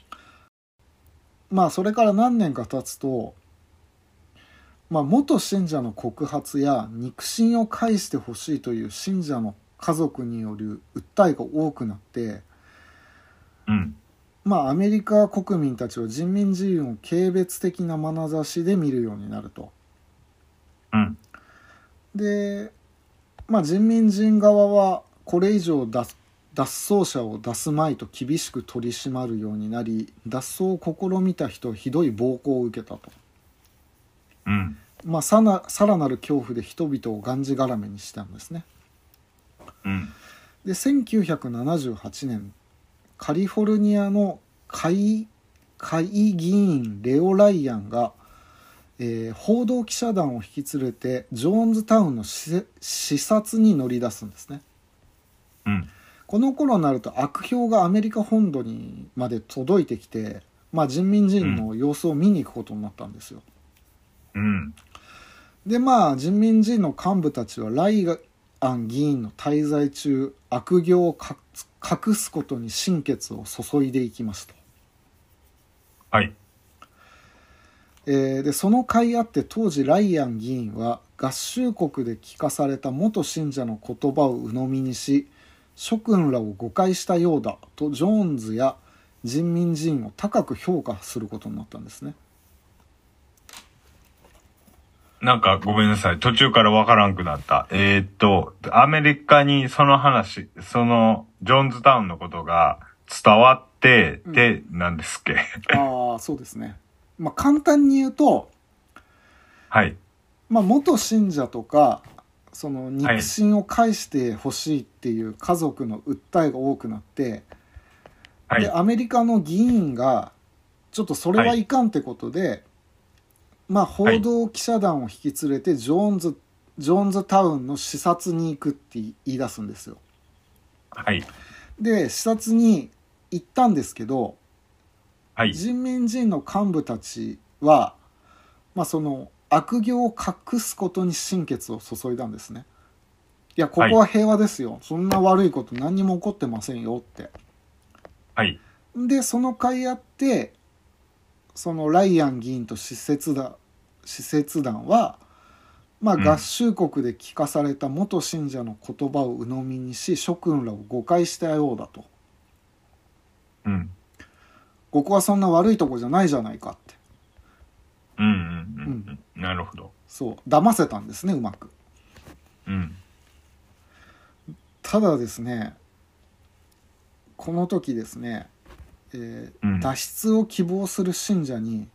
まあそれから何年か経つと、まあ、元信者の告発や肉親を返してほしいという信者の家族による訴えが多くなって、 うん。 まあ、アメリカ国民たちは人民自由を軽蔑的な眼差しで見るようになると。 うん、 で、まあ、人民人側はこれ以上脱走者を出すまいと厳しく取り締まるようになり、脱走を試みた人はひどい暴行を受けたと。 うんまあ、さなさらなる恐怖で人々をがんじがらめにしたんですね。 うん、 でせんきゅうひゃくななじゅうはちねんカリフォルニアの下下院議員レオ・ライアンが、えー、報道記者団を引き連れてジョーンズタウンの視察に乗り出すんですね。 うん、 この頃になると悪評がアメリカ本土にまで届いてきて、まあ、人民人の様子を見に行くことになったんですよ。 うん、 でまあ人民人の幹部たちはライアン議員の滞在中悪行を隠すことに心血を注いでいきますと。 はい。 えー、でその甲斐あって当時ライアン議員は合衆国で聞かされた元信者の言葉を鵜呑みにし諸君らを誤解したようだとジョーンズや人民人を高く評価することになったんですね。 なんかごめんなさい。途中からわからんくなった。えー、っと、アメリカにその話、その、ジョーンズタウンのことが伝わって、うん、で、何ですっけああ、そうですね。まあ、簡単に言うと、 はい。 まあ、元信者とか、その肉親を返してほしいっていう家族の訴えが多くなって、はい、で、アメリカの議員が、ちょっとそれはいかんってことで、はい、まあ、報道記者団を引き連れてジョーンズ、ジョーンズタウンの視察に行くって言い出すんですよ。 はい。 で、視察に行ったんですけど、 はい、 人民人の幹部たちは、まあ、その悪行を隠すことに心血を注いだんですね。いや、ここは平和ですよ。はい、そんな悪いこと何にも起こってませんよって。 はい。 で、その甲斐あって、そのライアン議員と使節団、使節団は、まあ、合衆国で聞かされた元信者の言葉を鵜呑みにし、諸君らを誤解したようだと。 うん。 ここはそんな悪いとこじゃないじゃないかって。 うんうんうん。うん、なるほど。 そう、騙せたんですね、うまく。 うん。 ただですね、この時ですね、えーうん、脱出を希望する信者に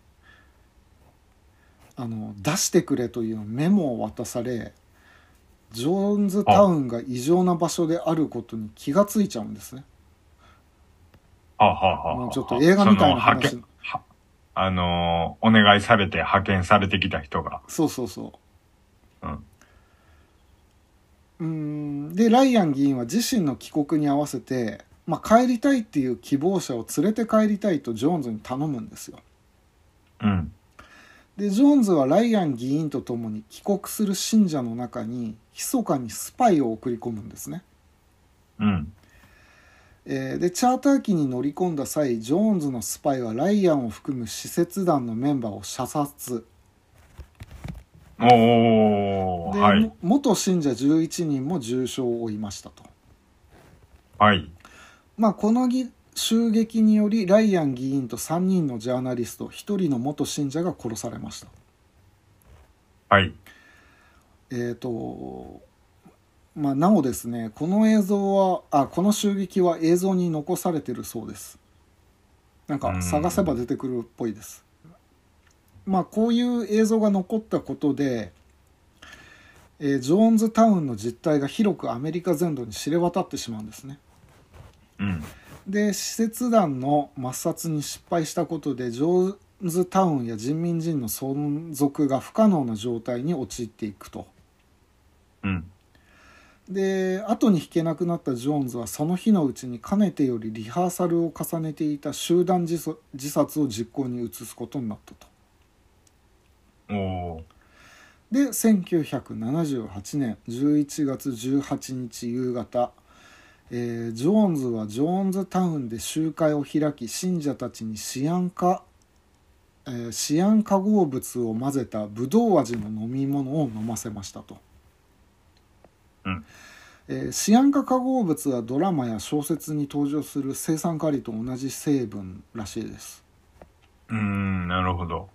あの出してくれというメモを渡され、ジョーンズタウンが異常な場所であることに気がついちゃうんですね。 はあはあはあ、 ちょっと映画みたいな話。 あのー、お願いされて派遣されてきた人が。 そうそうそう。うん。 うーんでライアン議員は自身の帰国に合わせて、まあ、帰りたいっていう希望者を連れて帰りたいとジョーンズに頼むんですよ。 うん。 でジョーンズはライアン議員と共に帰国する信者の中に密かにスパイを送り込むんですね。 うん。 えー、でチャーター機に乗り込んだ際、ジョーンズのスパイはライアンを含む使節団のメンバーを射殺。 おー、 で、はい、元信者じゅういちにんも重傷を負いましたと。 はい。 まあ、この襲撃によりライアン議員とさんにんのジャーナリスト、ひとりの元信者が殺されました。 はい。 えーとまあ、なおですね、この映像はあこの襲撃は映像に残されてるそうです。なんか探せば出てくるっぽいです。まあ、こういう映像が残ったことで、えー、ジョーンズタウンの実態が広くアメリカ全土に知れ渡ってしまうんですね。 うん、 で使節団の抹殺に失敗したことでジョーンズタウンや人民人の存続が不可能な状態に陥っていくと。 うん、 で後に引けなくなったジョーンズはその日のうちにかねてよりリハーサルを重ねていた集団自殺を実行に移すことになったと。 おでせんきゅうひゃくななじゅうはちねんじゅういちがつじゅうはちにち夕方、えー、ジョーンズはジョーンズタウンで集会を開き、信者たちにシアン化、えー、シアン化合物を混ぜたブドウ味の飲み物を飲ませましたと。 うんえー、シアン化化合物はドラマや小説に登場する青酸カリと同じ成分らしいです。 うーん、なるほど。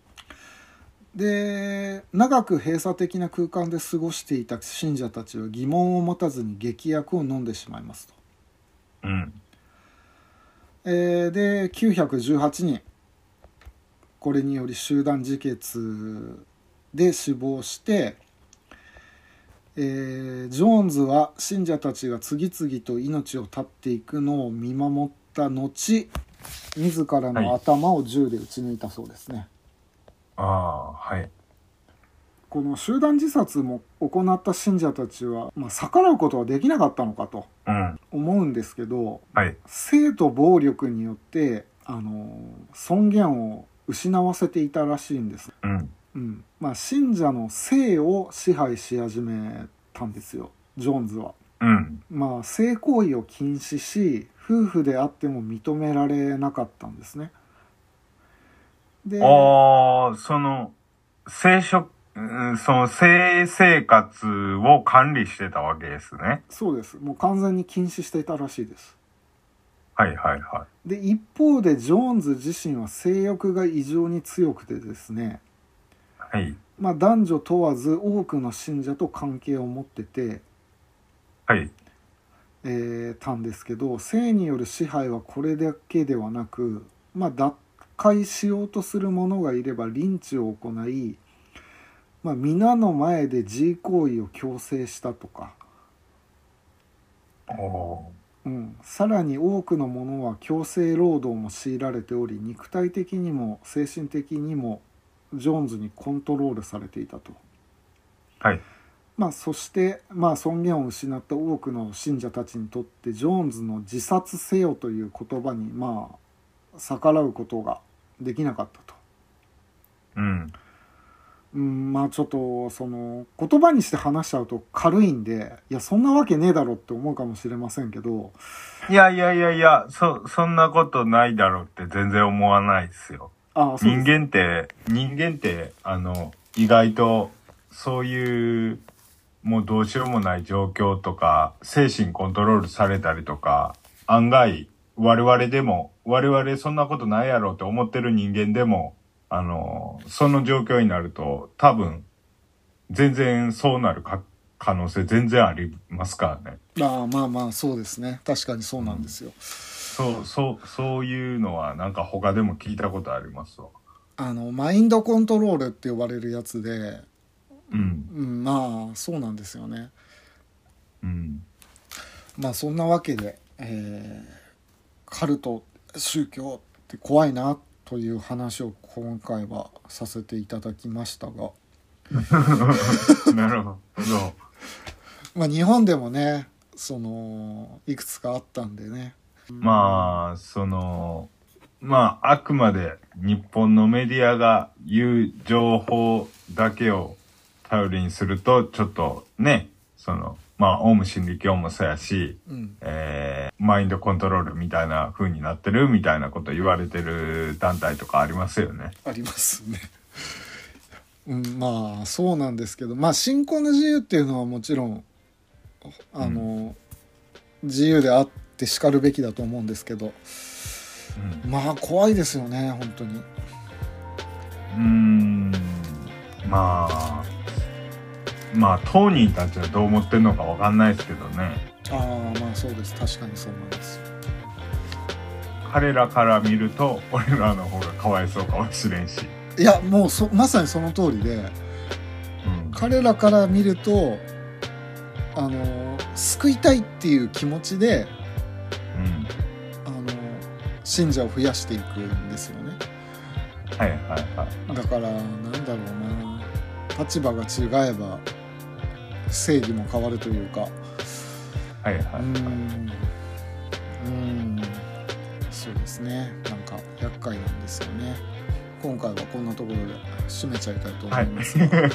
で長く閉鎖的な空間で過ごしていた信者たちは疑問を持たずに劇薬を飲んでしまいますと。 うんえー、できゅうひゃくじゅうはちにん、これにより集団自決で死亡して、えー、ジョーンズは信者たちが次々と命を絶っていくのを見守った後、自らの頭を銃で撃ち抜いたそうですね。 はい、ああ、はい。 この集団自殺も行った信者たちは、まあ、逆らうことはできなかったのかと思うんですけど、 うん、はい、 性と暴力によってあの尊厳を失わせていたらしいんです。 うんうんまあ、信者の性を支配し始めたんですよ、ジョーンズは。 うんまあ、性行為を禁止し、夫婦であっても認められなかったんですね。 で、ああ、その生殖、その性生活を管理してたわけですね。 そうです。もう完全に禁止していたらしいです。 はいはいはい。 で一方でジョーンズ自身は性欲が異常に強くてですね、 はい、 まあ、男女問わず多くの信者と関係を持ってて、 はいえー、たんですけど、性による支配はこれだけではなく、まあ、脱会しようとする者がいればリンチを行い、まあ、皆の前で自慰行為を強制したとか、 おうん、さらに多くの者は強制労働も強いられており、肉体的にも精神的にもジョーンズにコントロールされていたと。 はい。 まあ、そして、まあ、尊厳を失った多くの信者たちにとってジョーンズの自殺せよという言葉にまあ逆らうことができなかったと。 うんうん、まあちょっとその言葉にして話しちゃうと軽いんで、いやそんなわけねえだろって思うかもしれませんけど、 いやいやいやいや、そそんなことないだろうって全然思わないですよ。 ああ、そうです。 人間って人間ってあの意外とそういうもうどうしようもない状況とか精神コントロールされたりとか、案外我々でも我々そんなことないやろうって思ってる人間でもあのその状況になると多分全然そうなるか可能性全然ありますからね。 ああ、まあまあそうですね、確かにそうなんですよ、うん、 そうそうそういうのはなんか他でも聞いたことありますわ。 あのマインドコントロールって呼ばれるやつで、 うんうん、まあそうなんですよね。 うん、 まあそんなわけで、えー、カルト宗教って怖いなという話を今回はさせていただきましたがなるほどまあ日本でもねそのいくつかあったんでね、 まあそのまああくまで日本のメディアが言う情報だけを頼りにするとちょっとね、そのまあオウム真理教もそうやし、うん、えー、マインドコントロールみたいな風になってるみたいなこと言われてる団体とかありますよね。 ありますねうん、まあそうなんですけど、まあ信仰の自由っていうのはもちろんあの、うん、自由であってしかるべきだと思うんですけど、うん、まあ怖いですよね本当に。 うーん、まあまあ当人たちはどう思ってるのかわかんないですけどね。 ああ、まあそうです、確かにそうなんです。 彼らから見ると俺らの方がかわいそうかもしれんし、 いやもうそまさにその通りで、うん、彼らから見るとあの救いたいっていう気持ちで、うん、あの信者を増やしていくんですよね。 はいはいはい。 だからなんだろうな、立場が違えば正義も変わるというか、はいはいはい、 うんうんそうですね、なんか厄介なんですよね。今回はこんなところで締めちゃいたいと思いますが、はい、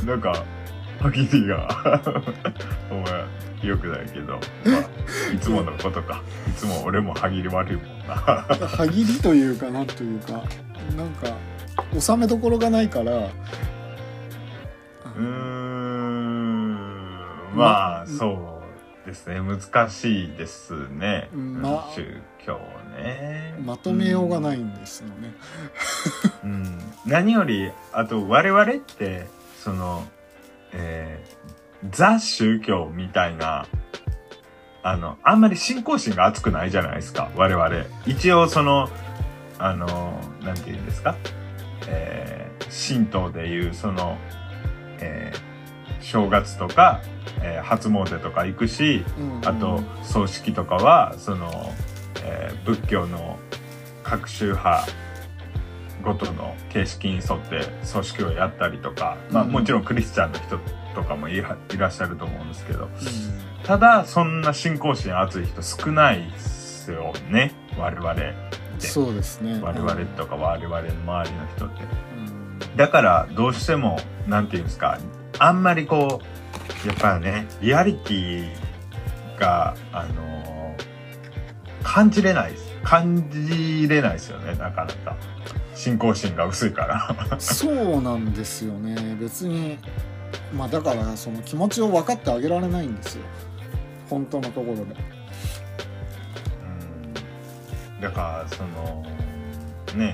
なんか歯切りがお前よくないけど、まあ、いつものことかいつも俺も歯切り悪いもんな歯切りというかなんというかなんか収めどころがないから、 うーんまあそうですね、難しいですね、ま、宗教ね、 まとめようがないんですよね、 うんうん、何よりあと我々ってその、えー、ザ宗教みたいなあのあんまり信仰心が熱くないじゃないですか我々。一応そのあのなんていうんですか、えー、神道でいうその、えー、正月とか、えー、初詣とか行くし、うんうん、あと葬式とかはその、えー、仏教の各宗派ごとの形式に沿って葬式をやったりとか、まあ、もちろんクリスチャンの人とかもいらっしゃると思うんですけど、うん、ただそんな信仰心熱い人少ないですよね我々って。 そうですね、 我々とか我々の周りの人って、うん、だからどうしてもなんていうんですか、あんまりこうやっぱりねリアリティがあのー、感じれないです感じれないですよね、なかなか信仰心が薄いからそうなんですよね。別にまあだからその気持ちを分かってあげられないんですよ本当のところで。 だからそのね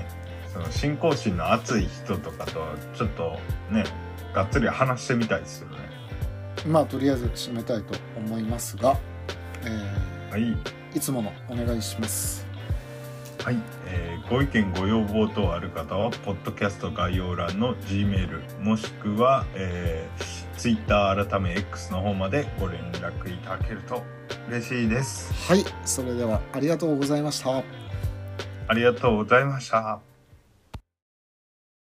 その信仰心の熱い人とかとちょっとねがっつり話してみたいですよね。 まあとりあえず締めたいと思いますが、 えー、はい、 いつものお願いします。 はい、えー、ご意見ご要望等ある方はポッドキャスト概要欄の G メールもしくは、えー、Twitter 改め X の方までご連絡いただけると嬉しいです。 はい、それではありがとうございました。 ありがとうございました。